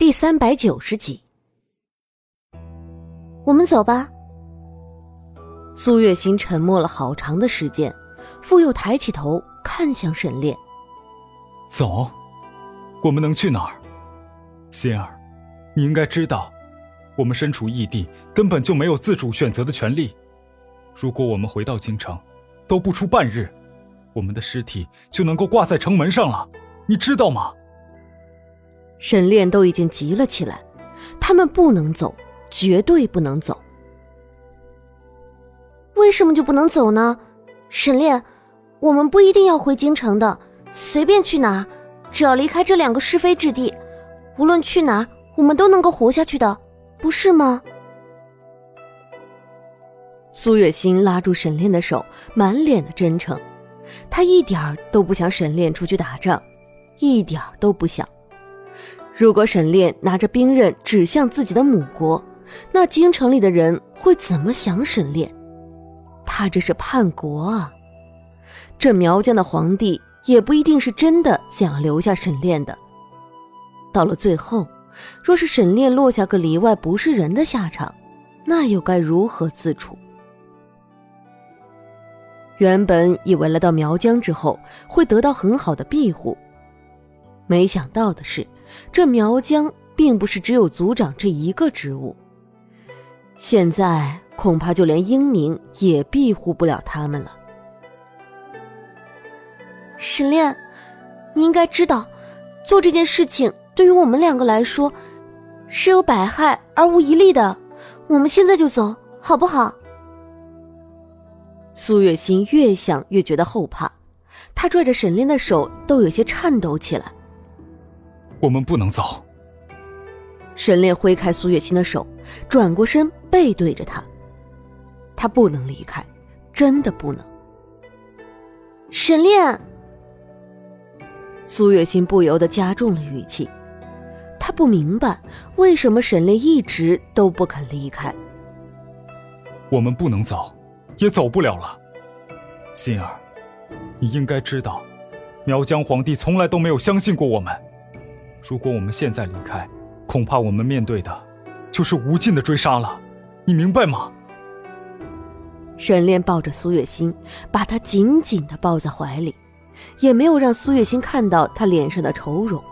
第390集。我们走吧。苏月心沉默了好长的时间，复又抬起头看向沈炼。 走？我们能去哪儿？心儿，你应该知道，我们身处异地，根本就没有自主选择的权利。如果我们回到京城，都不出半日，我们的尸体就能够挂在城门上了，你知道吗？ 沈炼都已经急了起来，他们不能走，绝对不能走。为什么就不能走呢？沈炼，我们不一定要回京城的，随便去哪儿，只要离开这2个是非之地，无论去哪儿，我们都能够活下去的，不是吗？苏月心拉住沈炼的手，满脸的真诚。他一点儿都不想沈炼出去打仗，一点儿都不想。如果沈炼拿着兵刃指向自己的母国，那京城里的人会怎么想沈炼？他这是叛国啊！这苗疆的皇帝也不一定是真的想要留下沈炼的。到了最后，若是沈炼落下个里外不是人的下场，那又该如何自处？原本以为来到苗疆之后会得到很好的庇护，没想到的是，这苗疆并不是只有族长这一个职务，现在恐怕就连英明也庇护不了他们了。沈炼，你应该知道，做这件事情对于我们2个来说是有百害而无一利的，我们现在就走，好不好？苏月心越想越觉得后怕，他拽着沈炼的手都有些颤抖起来。 我们不能走。 沈炼挥开苏月心的手，转过身背对着他。他不能离开，真的不能。沈炼！苏月心不由得加重了语气。他不明白为什么沈炼一直都不肯离开。 我们不能走，也走不了了。心儿，你应该知道，苗疆皇帝从来都没有相信过我们。如果我们现在离开，恐怕我们面对的就是无尽的追杀了，你明白吗？ 沈炼抱着苏月心，把她紧紧地抱在怀里，也没有让苏月心看到他脸上的愁容。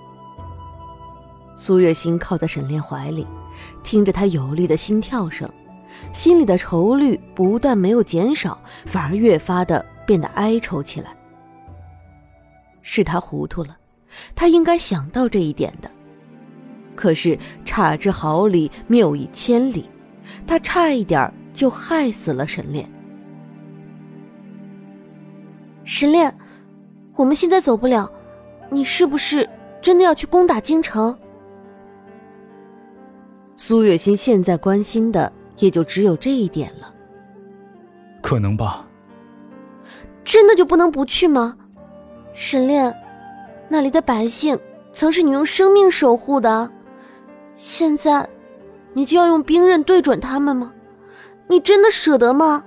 苏月心靠在沈炼怀里，听着他有力的心跳声，心里的愁虑不但没有减少，反而越发的变得哀愁起来。是他糊涂了，他应该想到这一点的。可是差之毫厘，谬以千里，他差一点就害死了沈炼。沈炼，我们现在走不了，你是不是真的要去攻打京城？苏月心现在关心的也就只有这一点了。 可能吧。 真的就不能不去吗？沈炼，那里的百姓曾是你用生命守护的，现在你就要用兵刃对准他们吗？你真的舍得吗？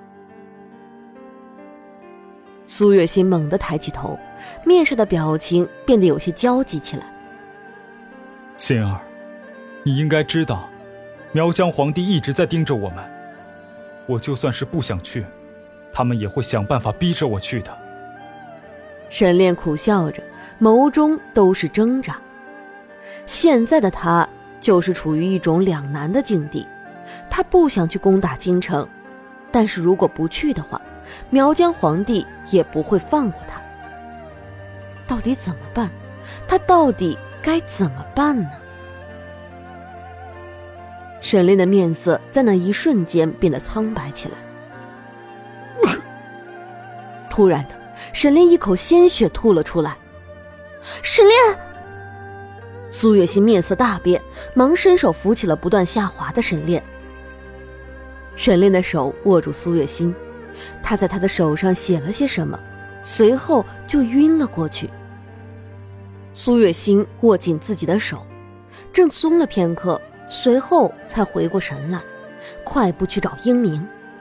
苏月心猛地抬起头，面上的表情变得有些焦急起来。 心儿，你应该知道，苗疆皇帝一直在盯着我们，我就算是不想去，他们也会想办法逼着我去的。 沈炼苦笑着，眸中都是挣扎。现在的他就是处于一种两难的境地，他不想去攻打京城，但是如果不去的话，苗疆皇帝也不会放过他。到底怎么办？他到底该怎么办呢？沈炼的面色在那一瞬间变得苍白起来。突然的，沈炼一口鲜血吐了出来。沈炼！苏月心面色大变，忙伸手扶起了不断下滑的沈炼。沈炼的手握住苏月心，他在他的手上写了些什么，随后就晕了过去。苏月心握紧自己的手，正松了片刻，随后才回过神来，快步去找英明。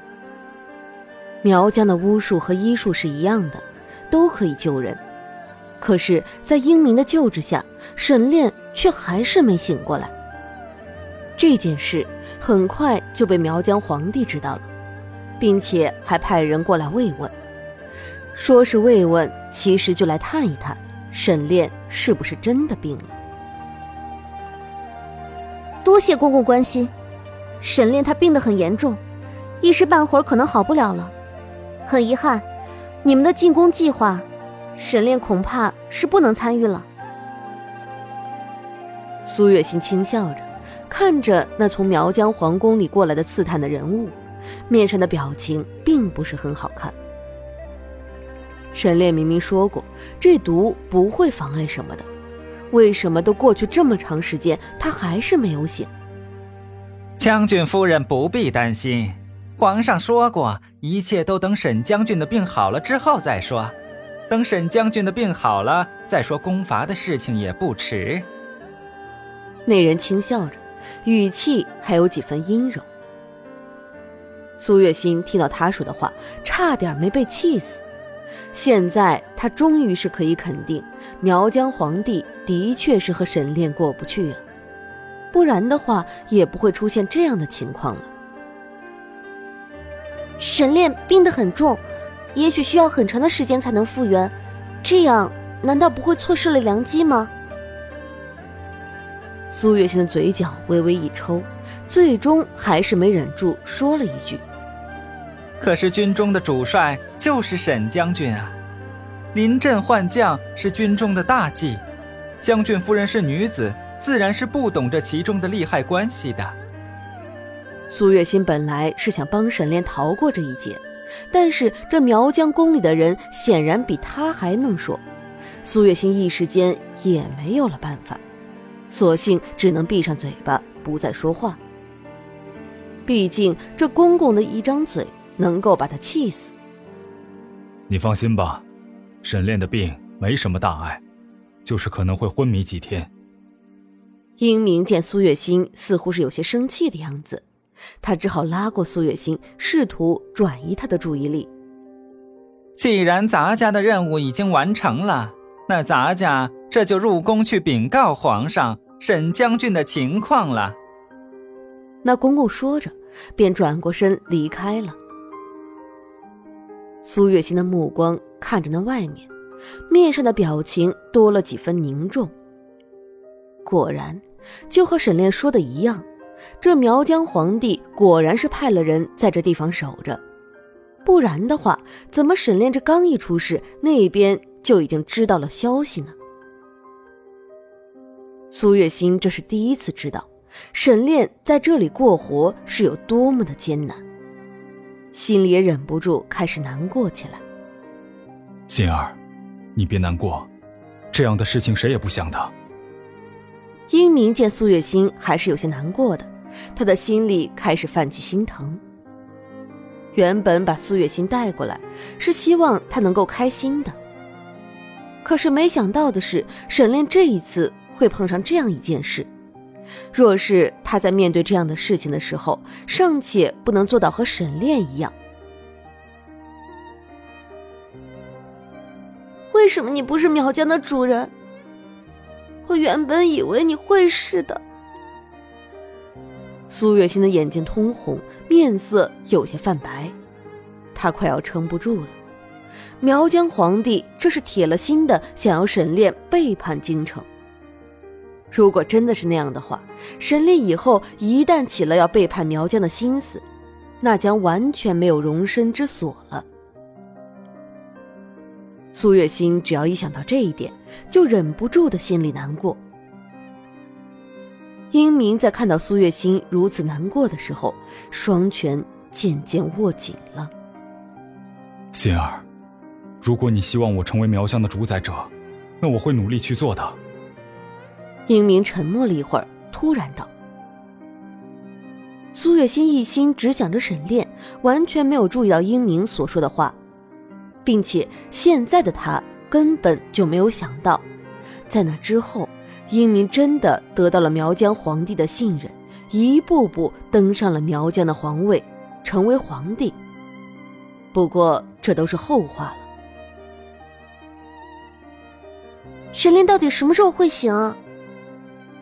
苗疆的巫术和医术是一样的，都可以救人，可是在英明的救治下，沈炼却还是没醒过来。这件事很快就被苗疆皇帝知道了，并且还派人过来慰问。说是慰问，其实就来探一探沈炼是不是真的病了。 多谢公公关心，沈炼他病得很严重，一时半会儿可能好不了了。很遗憾，你们的进宫计划，沈炼恐怕是不能参与了。 苏月心轻笑着，看着那从苗疆皇宫里过来的刺探的人物，面上的表情并不是很好看。沈炼明明说过这毒不会妨碍什么的，为什么都过去这么长时间，他还是没有醒？ 将军夫人不必担心，皇上说过，一切都等沈将军的病好了之后再说。等沈将军的病好了，再说攻伐的事情也不迟。 那人轻笑着，语气还有几分阴柔。苏月心听到他说的话，差点没被气死。现在他终于是可以肯定，苗疆皇帝的确是和沈炼过不去啊，不然的话也不会出现这样的情况了。 沈炼病得很重，也许需要很长的时间才能复原，这样难道不会错失了良机吗？ 苏月心的嘴角微微一抽，最终还是没忍住说了一句： 可是军中的主帅就是沈将军啊，临阵换将是军中的大忌，将军夫人是女子，自然是不懂这其中的利害关系的。 苏月心本来是想帮沈炼逃过这一劫，但是这苗疆宫里的人显然比他还能说，苏月心一时间也没有了办法，索性只能闭上嘴巴不再说话。毕竟这公公的一张嘴能够把他气死。 你放心吧，沈炼的病没什么大碍，就是可能会昏迷几天。 英明见苏月心似乎是有些生气的样子，他只好拉过苏月心，试图转移他的注意力。 既然咱家的任务已经完成了，那咱家这就入宫去禀告皇上沈将军的情况了。 那公公说着便转过身离开了。苏月心的目光看着那外面，面上的表情多了几分凝重。果然就和沈炼说的一样，这苗疆皇帝果然是派了人在这地方守着，不然的话怎么沈炼这刚一出事，那边就已经知道了消息呢？苏月心这是第一次知道沈炼在这里过活是有多么的艰难，心里也忍不住开始难过起来。 心儿，你别难过，这样的事情谁也不想的。 英明见苏月心还是有些难过的，他的心里开始泛起心疼。原本把苏月心带过来是希望她能够开心的，可是没想到的是，沈炼这一次会碰上这样一件事。若是他在面对这样的事情的时候，尚且不能做到和沈炼一样。 为什么你不是苗疆的主人？我原本以为你会是的。 苏月心的眼睛通红，面色有些泛白，他快要撑不住了。苗疆皇帝这是铁了心的想要沈炼背叛京城。如果真的是那样的话，沈炼以后一旦起了要背叛苗疆的心思，那将完全没有容身之所了。苏月心只要一想到这一点，就忍不住的心里难过。英明在看到苏月心如此难过的时候，双拳渐渐握紧了。 心儿，如果你希望我成为苗疆的主宰者，那我会努力去做的。 英明沉默了一会儿，突然道。苏月心一心只想着沈炼，完全没有注意到英明所说的话，并且现在的他根本就没有想到，在那之后英明真的得到了苗疆皇帝的信任，一步步登上了苗疆的皇位，成为皇帝。不过这都是后话了。 沈炼到底什么时候会醒啊？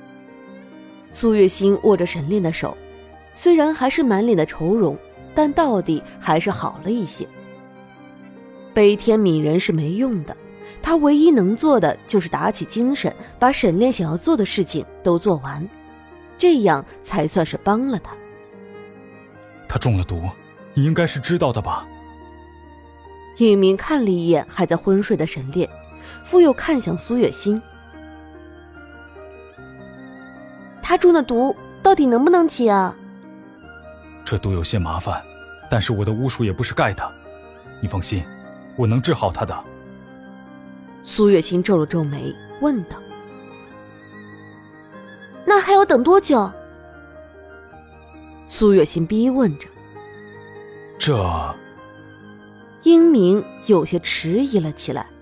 苏月心握着沈炼的手，虽然还是满脸的愁容，但到底还是好了一些。悲天悯人是没用的，他唯一能做的就是打起精神，把沈炼想要做的事情都做完，这样才算是帮了他。 他中了毒，你应该是知道的吧？ 尹明看了一眼还在昏睡的沈炼，复又看向苏月心。 他中的毒到底能不能解啊？ 这毒有些麻烦，但是我的巫术也不是盖的，你放心，我能治好他的。 苏月心皱了皱眉，问道： 那还要等多久？ 苏月心逼问着。 这…… 英明有些迟疑了起来。